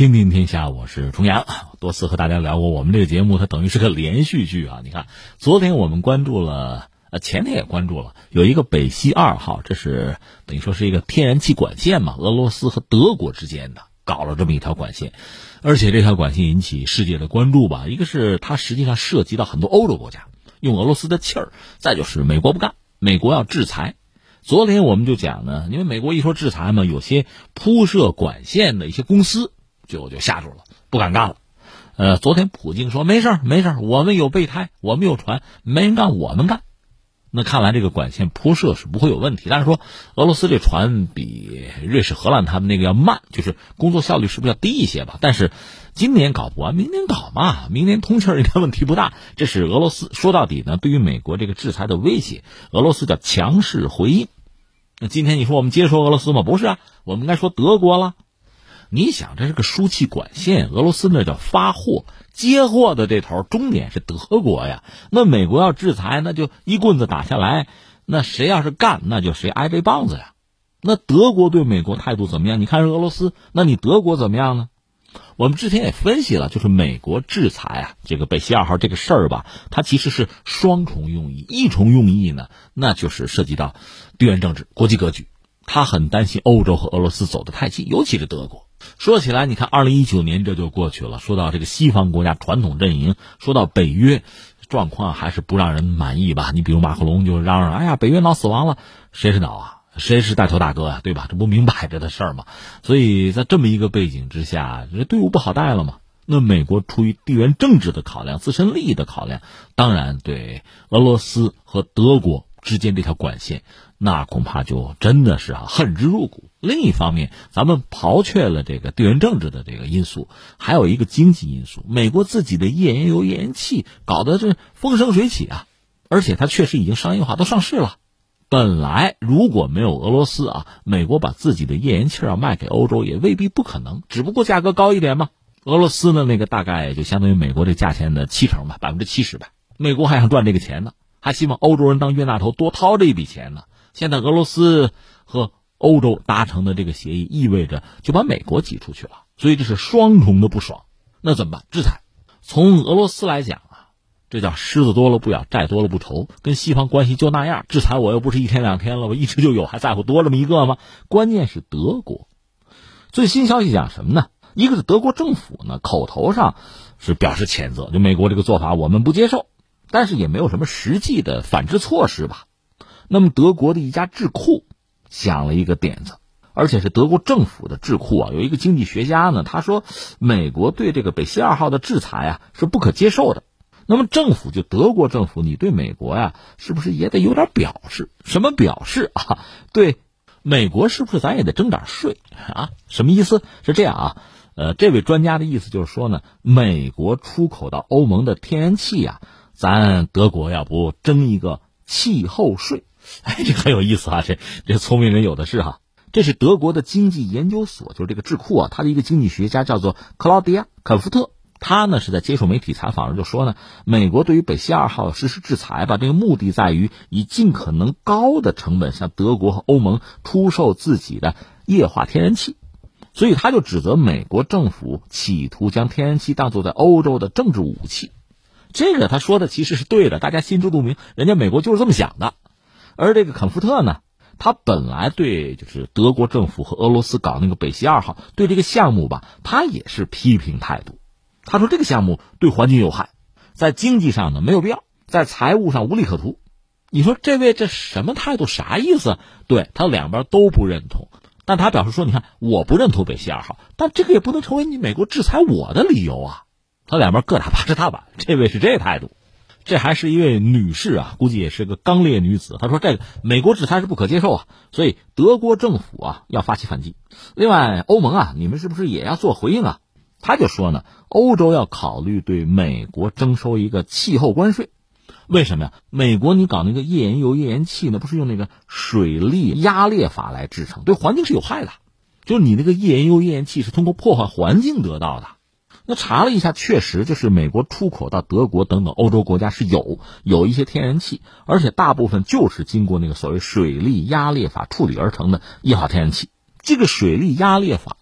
天天天下，我是重阳。多次和大家聊过，我们这个节目它等于是个连续剧啊。你看，昨天我们关注了，前天也关注了，有一个北溪2号，这是等于说是一个天然气管线嘛，俄罗斯和德国之间的搞了这么一条管线，而且这条管线引起世界的关注吧。一个是它实际上涉及到很多欧洲国家用俄罗斯的气儿，再就是美国不干，美国要制裁。昨天我们就讲呢，因为美国一说制裁嘛，有些铺设管线的一些公司就吓住了，不敢干了。昨天普京说没事，我们有备胎，我们有船，没人干我们干。那看来这个管线铺设是不会有问题，但是说俄罗斯这船比瑞士、荷兰他们那个要慢，就是工作效率是不是要低一些吧？但是今年搞不完，明年搞嘛，明年通气儿应该问题不大。这是俄罗斯说到底呢，对于美国这个制裁的威胁，俄罗斯叫强势回应。那今天你说我们接着说俄罗斯吗？不是啊，我们应该说德国了。你想，这是个输气管线，俄罗斯那叫发货，接货的这头终点是德国呀。那美国要制裁，那就一棍子打下来，那谁要是干，那就谁挨这棒子呀。那德国对美国态度怎么样？你看是俄罗斯，那你德国怎么样呢？我们之前也分析了，就是美国制裁啊，这个北溪2号这个事儿吧，它其实是双重用意。一重用意呢，那就是涉及到地缘政治、国际格局。他很担心欧洲和俄罗斯走得太近，尤其是德国。说起来，你看2019年这就过去了，说到这个西方国家传统阵营，说到北约，状况还是不让人满意吧。你比如马克龙就嚷嚷，哎呀，北约闹死亡了，谁是闹啊？谁是带头大哥啊？对吧？这不明摆着的事儿吗？所以在这么一个背景之下，这队伍不好带了嘛。那美国出于地缘政治的考量、自身利益的考量，当然对俄罗斯和德国之间这条管线，那恐怕就真的是恨之入骨。另一方面，咱们刨却了这个地缘政治的这个因素，还有一个经济因素。美国自己的页岩油、页岩气搞得这风生水起啊，而且它确实已经商业化，都上市了。本来如果没有俄罗斯啊，美国把自己的页岩气卖给欧洲也未必不可能，只不过价格高一点嘛。俄罗斯呢，那个大概就相当于美国这价钱的70%吧，70%吧。美国还想赚这个钱呢，还希望欧洲人当冤大头多掏这一笔钱呢。现在俄罗斯和欧洲达成的这个协议，意味着就把美国挤出去了，所以这是双重的不爽。那怎么办？制裁。从俄罗斯来讲啊，这叫狮子多了不咬，债多了不愁，跟西方关系就那样。制裁我又不是一天两天了，我一直就有，还在乎多这么一个吗？关键是德国。最新消息讲什么呢？一个是德国政府呢，口头上是表示谴责，就美国这个做法我们不接受，但是也没有什么实际的反制措施吧。那么德国的一家智库想了一个点子，而且是德国政府的智库啊，有一个经济学家呢，他说美国对这个北溪2号的制裁啊是不可接受的。那么政府，就德国政府，你对美国呀是不是也得有点表示？什么表示啊？对美国是不是咱也得征点税啊？什么意思？是这样啊，这位专家的意思就是说呢，美国出口到欧盟的天然气啊，咱德国要不征一个气候税？哎，这很有意思啊，这聪明人有的是哈。这是德国的经济研究所，就是这个智库啊，他的一个经济学家叫做克劳迪亚·肯福特，他呢是在接受媒体采访时就说呢，美国对于北溪2号实施制裁吧，这个目的在于以尽可能高的成本向德国和欧盟出售自己的液化天然气，所以他就指责美国政府企图将天然气当作在欧洲的政治武器。这个他说的其实是对的，大家心知肚明，人家美国就是这么想的。而这个肯福特呢，他本来对就是德国政府和俄罗斯搞那个北溪2号对这个项目吧，他也是批评态度。他说这个项目对环境有害，在经济上呢没有必要，在财务上无利可图。你说这位这什么态度，啥意思？对，他两边都不认同，但他表示说，你看我不认同北溪2号，但这个也不能成为你美国制裁我的理由啊。他两边各打8十大板，这位是这态度。这还是一位女士啊，估计也是个刚烈女子。她说这个美国制裁是不可接受啊，所以德国政府啊要发起反击。另外欧盟啊，你们是不是也要做回应啊？他就说呢，欧洲要考虑对美国征收一个气候关税。为什么呀？美国你搞那个页岩油、页岩气呢，不是用那个水力压裂法来制成，对环境是有害的。就是你那个页岩油、页岩气是通过破坏环境得到的。那查了一下，确实就是美国出口到德国等等欧洲国家是有一些天然气，而且大部分就是经过那个所谓水力压裂法处理而成的液化天然气。这个水力压裂法吧，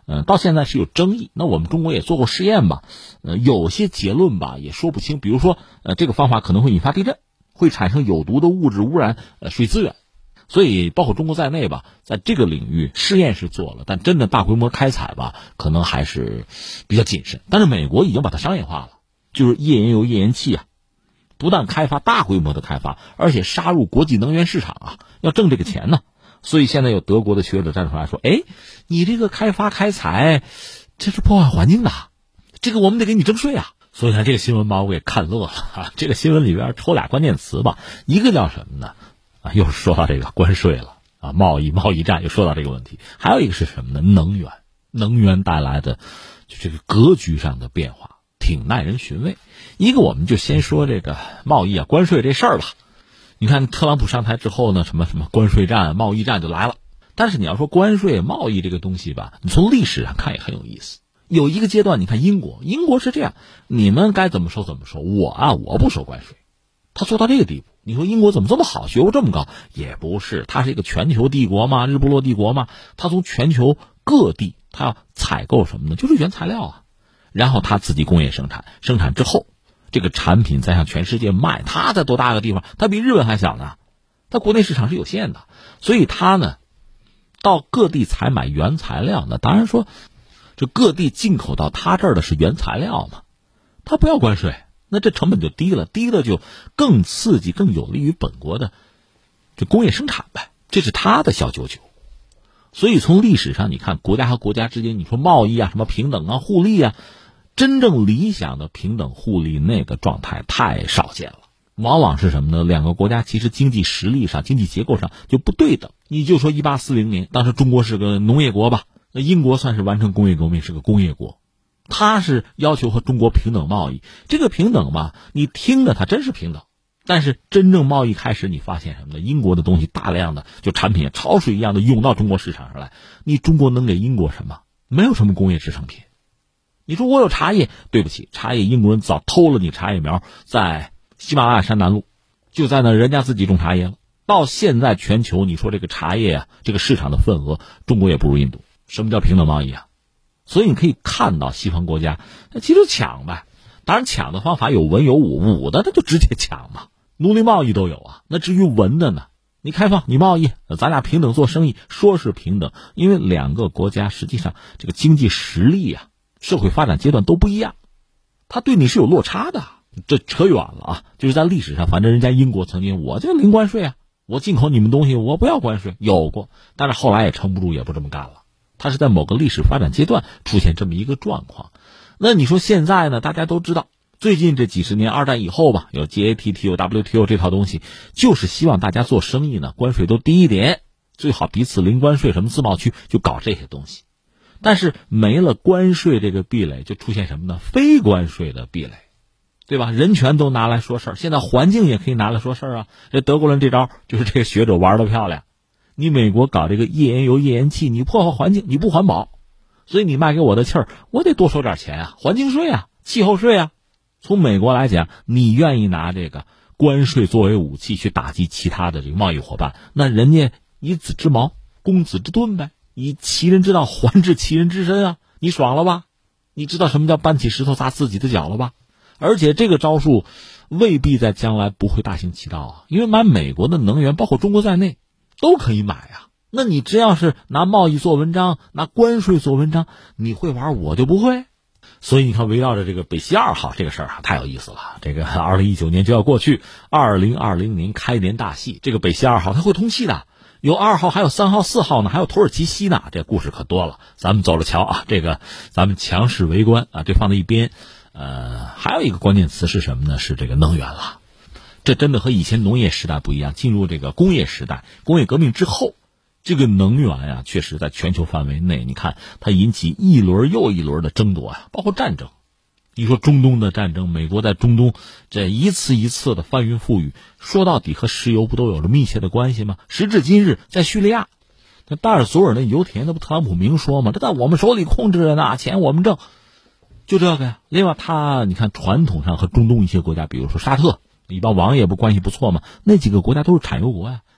到现在是有争议。那我们中国也做过试验吧，有些结论吧也说不清。比如说，这个方法可能会引发地震，会产生有毒的物质污染水资源。所以包括中国在内吧，在这个领域试验是做了，但真的大规模开采吧，可能还是比较谨慎。但是美国已经把它商业化了，就是页岩油、页岩气啊，不但开发大规模的开发，而且杀入国际能源市场啊，要挣这个钱呢。所以现在有德国的学者站出来说，你这个开发开采，这是破坏环境的，这个我们得给你征税啊。所以呢，这个新闻把我给看乐了啊。这个新闻里边抽俩关键词吧，一个叫什么呢？又是说到这个关税了啊，贸易战又说到这个问题。还有一个是什么呢？能源带来的就这个格局上的变化，挺耐人寻味。一个我们就先说这个贸易啊，关税这事儿吧。你看特朗普上台之后呢，什么关税战、贸易战就来了。但是你要说关税、贸易这个东西吧，你从历史上看也很有意思。有一个阶段，你看英国是这样，你们该怎么收怎么收，我不收关税。他做到这个地步，你说英国怎么这么好，学问这么高？也不是，它是一个全球帝国嘛，日不落帝国嘛。它从全球各地，它要采购什么呢？就是原材料啊，然后它自己工业生产之后，这个产品再向全世界卖。它在多大个地方？它比日本还小呢，它国内市场是有限的，所以它呢，到各地采买原材料呢，当然说，这各地进口到它这儿的是原材料嘛，它不要关税。那这成本就低了就更刺激、更有利于本国的这工业生产呗，这是他的小九九。所以从历史上你看，国家和国家之间，你说贸易啊、什么平等啊、互利啊，真正理想的平等互利那个状态太少见了。往往是什么呢？两个国家其实经济实力上、经济结构上就不对等。你就说1840年，当时中国是个农业国吧，那英国算是完成工业革命，是个工业国。他是要求和中国平等贸易，这个平等吧，你听着它真是平等，但是真正贸易开始，你发现什么呢？英国的东西大量的就产品潮水一样的涌到中国市场上来，你中国能给英国什么？没有什么工业制成品。你说我有茶叶，对不起，茶叶英国人早偷了你茶叶苗，在喜马拉雅山南麓，就在那人家自己种茶叶了。到现在全球，你说这个茶叶啊，这个市场的份额，中国也不如印度。什么叫平等贸易啊？所以你可以看到西方国家其实抢呗，当然抢的方法有文有武，武的那就直接抢嘛，奴隶贸易都有啊。那至于文的呢，你开放你贸易，咱俩平等做生意，说是平等，因为两个国家实际上这个经济实力啊、社会发展阶段都不一样，他对你是有落差的。这扯远了啊，就是在历史上，反正人家英国曾经我就零关税啊，我进口你们东西我不要关税，有过，但是后来也撑不住，也不这么干了。它是在某个历史发展阶段出现这么一个状况。那你说现在呢？大家都知道，最近这几十年，二战以后吧，有 GATT 有 WTO 这套东西，就是希望大家做生意呢，关税都低一点，最好彼此零关税，什么自贸区就搞这些东西。但是没了关税这个壁垒，就出现什么呢？非关税的壁垒，对吧？人权都拿来说事儿，现在环境也可以拿来说事儿啊。这德国人这招就是这个学者玩得漂亮。你美国搞这个页岩油、页岩气，你破坏环境，你不环保，所以你卖给我的气儿，我得多收点钱啊，环境税啊，气候税啊。从美国来讲，你愿意拿这个关税作为武器去打击其他的这个贸易伙伴，那人家以子之矛攻子之盾呗，以其人之道还治其人之身啊，你爽了吧？你知道什么叫搬起石头砸自己的脚了吧？而且这个招数未必在将来不会大行其道啊，因为买美国的能源，包括中国在内，都可以买啊。那你只要是拿贸易做文章，拿关税做文章，你会玩我就不会。所以你看，围绕着这个北溪2号这个事儿啊，太有意思了。这个2019年就要过去，2020年开年大戏，这个北溪2号它会通气的，有2号，还有3号、4号呢，还有土耳其西呢，这故事可多了。咱们走着瞧啊，这个咱们强势围观啊，这放在一边。还有一个关键词是什么呢？是这个能源了。这真的和以前农业时代不一样，进入这个工业时代，工业革命之后，这个能源啊，确实在全球范围内，你看它引起一轮又一轮的争夺啊，包括战争。你说中东的战争，美国在中东这一次一次的翻云覆雨，说到底和石油不都有着密切的关系吗？时至今日，在叙利亚，那大尔索尔那油田，那不特朗普明说吗？这在我们手里控制着呢，钱我们挣，就这个呀。另外，他你看传统上和中东一些国家，比如说沙特，一帮王爷不关系不错嘛，那几个国家都是产油国呀。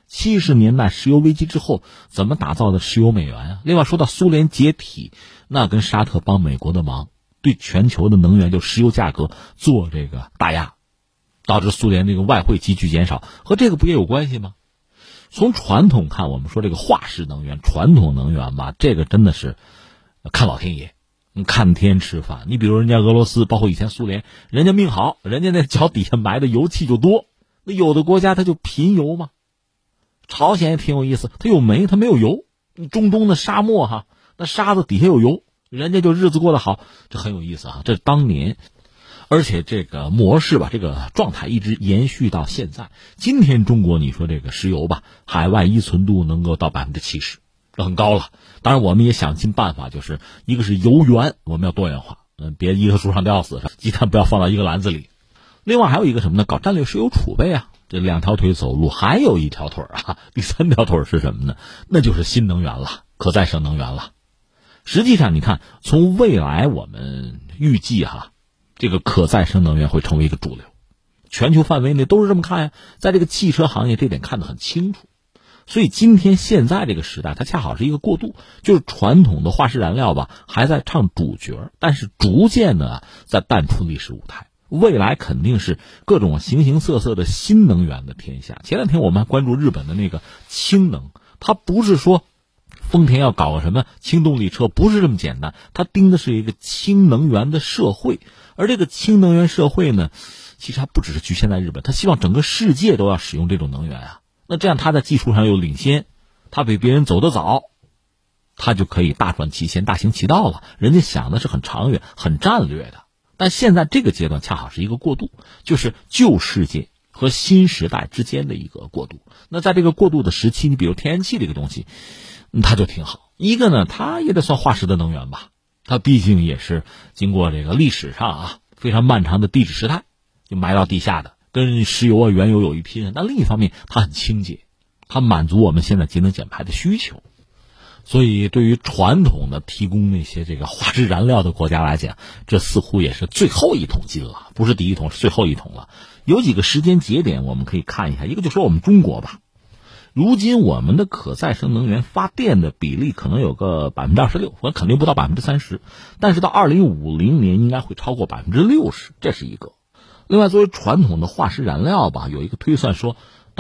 70年代石油危机之后怎么打造的石油美元啊？另外说到苏联解体，那跟沙特帮美国的忙，对全球的能源就石油价格做这个打压，导致苏联这个外汇急剧减少，和这个不也有关系吗？从传统看，我们说这个化石能源、传统能源吧，这个真的是看老天爷，看天吃饭。你比如人家俄罗斯，包括以前苏联，人家命好，人家那脚底下埋的油气就多。那有的国家它就贫油嘛，朝鲜也挺有意思，它有煤，它没有油。中东的沙漠哈，那沙子底下有油，人家就日子过得好，这很有意思啊。这当年。而且这个模式吧，这个状态一直延续到现在。今天中国，你说这个石油吧，海外依存度能够到70%，这很高了。当然，我们也想尽办法，就是一个是油源，我们要多元化，别一棵树上吊死，鸡蛋不要放到一个篮子里。另外还有一个什么呢？搞战略石油储备啊，这2条腿走路，还有一条腿啊，第3条腿是什么呢？那就是新能源了，可再生能源了。实际上，你看，从未来我们预计这个可再生能源会成为一个主流，全球范围内都是这么看呀。在这个汽车行业，这点看得很清楚。所以今天现在这个时代，它恰好是一个过渡，就是传统的化石燃料吧，还在唱主角，但是逐渐的在淡出历史舞台。未来肯定是各种形形色色的新能源的天下。前2天我们还关注日本的那个氢能，它不是说丰田要搞个什么氢动力车，不是这么简单，它盯的是一个氢能源的社会。而这个氢能源社会呢，其实还不只是局限在日本，它希望整个世界都要使用这种能源啊。那这样它在技术上又领先，它比别人走得早，它就可以大赚其钱、大行其道了。人家想的是很长远、很战略的。但现在这个阶段恰好是一个过渡，就是旧世界和新时代之间的一个过渡。那在这个过渡的时期，你比如天然气这个东西，它就挺好。一个呢，它也得算化石的能源吧，它毕竟也是经过这个历史上非常漫长的地质时代就埋到地下的，跟石油原油有一拼。但另一方面，它很清洁，它满足我们现在节能减排的需求。所以对于传统的提供那些这个化石燃料的国家来讲，这似乎也是最后一桶金了，不是第一桶，是最后一桶了。有几个时间节点我们可以看一下，一个就说我们中国吧，如今我们的可再生能源发电的比例可能有个26%，我肯定不到30%，但是到2050年应该会超过60%，这是一个。另外，作为传统的化石燃料吧，有一个推算说，到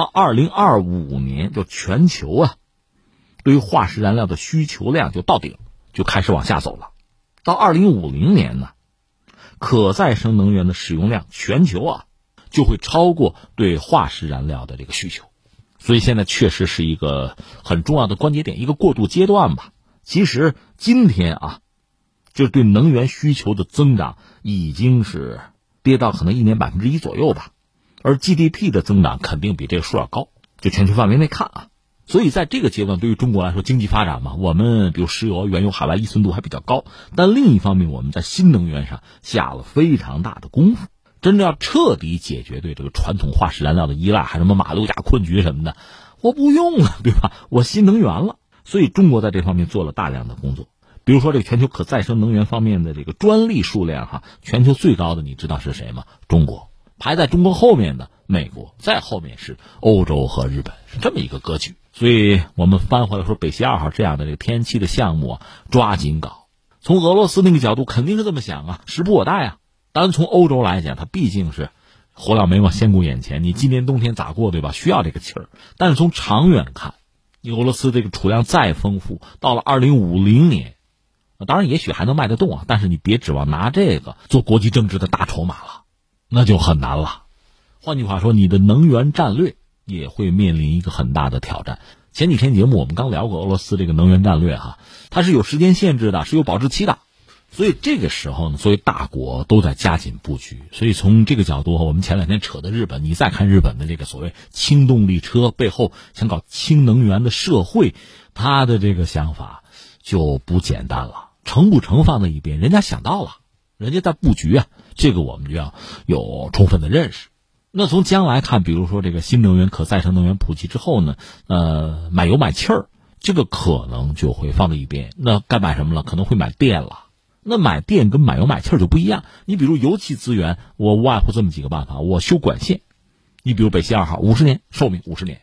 2025年就全球对于化石燃料的需求量就到顶，就开始往下走了。到2050年呢，可再生能源的使用量全球就会超过对化石燃料的这个需求。所以现在确实是一个很重要的关节点，一个过渡阶段吧。其实今天就是对能源需求的增长已经是跌到可能1年1%左右吧，而 GDP 的增长肯定比这个数要高，就全球范围内看所以在这个阶段，对于中国来说，经济发展嘛，我们比如石油、原油海外依存度还比较高，但另一方面，我们在新能源上下了非常大的功夫。真正要彻底解决对这个传统化石燃料的依赖，还什么马六甲困局什么的，我不用了，对吧？我新能源了。所以中国在这方面做了大量的工作。比如说这个全球可再生能源方面的这个专利数量全球最高的你知道是谁吗？中国。排在中国后面的美国，再后面是欧洲和日本，是这么一个格局。所以我们翻回来说，北溪2号这样的这个天然气的项目抓紧搞。从俄罗斯那个角度肯定是这么想时不我待当然从欧洲来讲，它毕竟是火燎眉毛先顾眼前，你今年冬天咋过，对吧？需要这个气儿。但是从长远看，你俄罗斯这个储量再丰富，到了2050年，当然也许还能卖得动但是你别指望拿这个做国际政治的大筹码了，那就很难了。换句话说，你的能源战略也会面临一个很大的挑战。前几天节目我们刚聊过俄罗斯这个能源战略它是有时间限制的，是有保质期的。所以这个时候呢，作为大国都在加紧布局。所以从这个角度，我们前2天扯的日本，你再看日本的这个所谓氢动力车背后想搞氢能源的社会，他的这个想法就不简单了。成不成放在一边，人家想到了，人家在布局这个我们就要有充分的认识。那从将来看，比如说这个新能源可再生能源普及之后呢，买油买气儿，这个可能就会放在一边。那该买什么了？可能会买电了。那买电跟买油买气儿就不一样。你比如油气资源，我无外乎这么几个办法。我修管线，你比如北溪2号50年寿命，50年，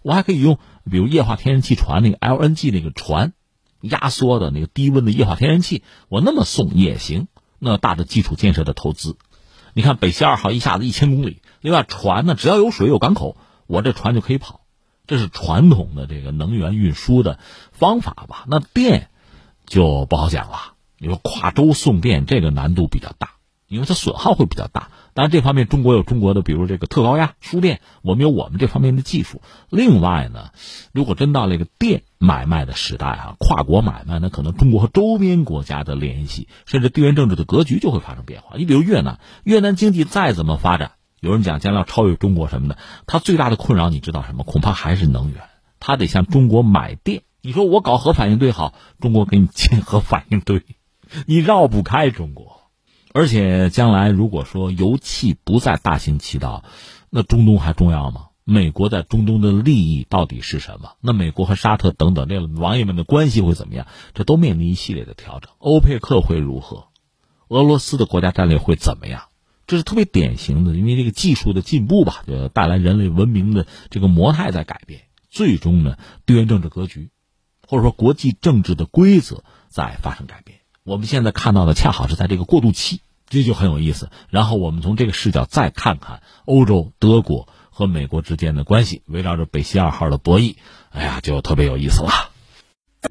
我还可以用比如液化天然气船那个 LNG 那个船，压缩的那个低温的液化天然气，我那么送也行。那大的基础建设的投资，你看北溪2号一下子1000公里，另外船呢，只要有水有港口，我这船就可以跑。这是传统的这个能源运输的方法吧。那电就不好讲了，你说跨州送电这个难度比较大，因为它损耗会比较大。当然这方面中国有中国的，比如这个特高压输电，我们有我们这方面的技术。另外呢，如果真到了一个电买卖的时代啊，跨国买卖呢，可能中国和周边国家的联系，甚至地缘政治的格局就会发生变化。你比如越南，越南经济再怎么发展，有人讲将来要超越中国什么的，它最大的困扰你知道什么？恐怕还是能源，它得向中国买电。你说我搞核反应堆好，中国给你建核反应堆，你绕不开中国。而且将来如果说油气不再大行其道，那中东还重要吗？美国在中东的利益到底是什么？那美国和沙特等等这王爷们的关系会怎么样？这都面临一系列的调整。欧佩克会如何？俄罗斯的国家战略会怎么样？这是特别典型的，因为这个技术的进步吧，就带来人类文明的这个模态在改变，最终呢，地缘政治格局或者说国际政治的规则在发生改变。我们现在看到的恰好是在这个过渡期，这就很有意思。然后我们从这个视角再看看欧洲、德国和美国之间的关系，围绕着北溪2号的博弈，哎呀，就特别有意思了。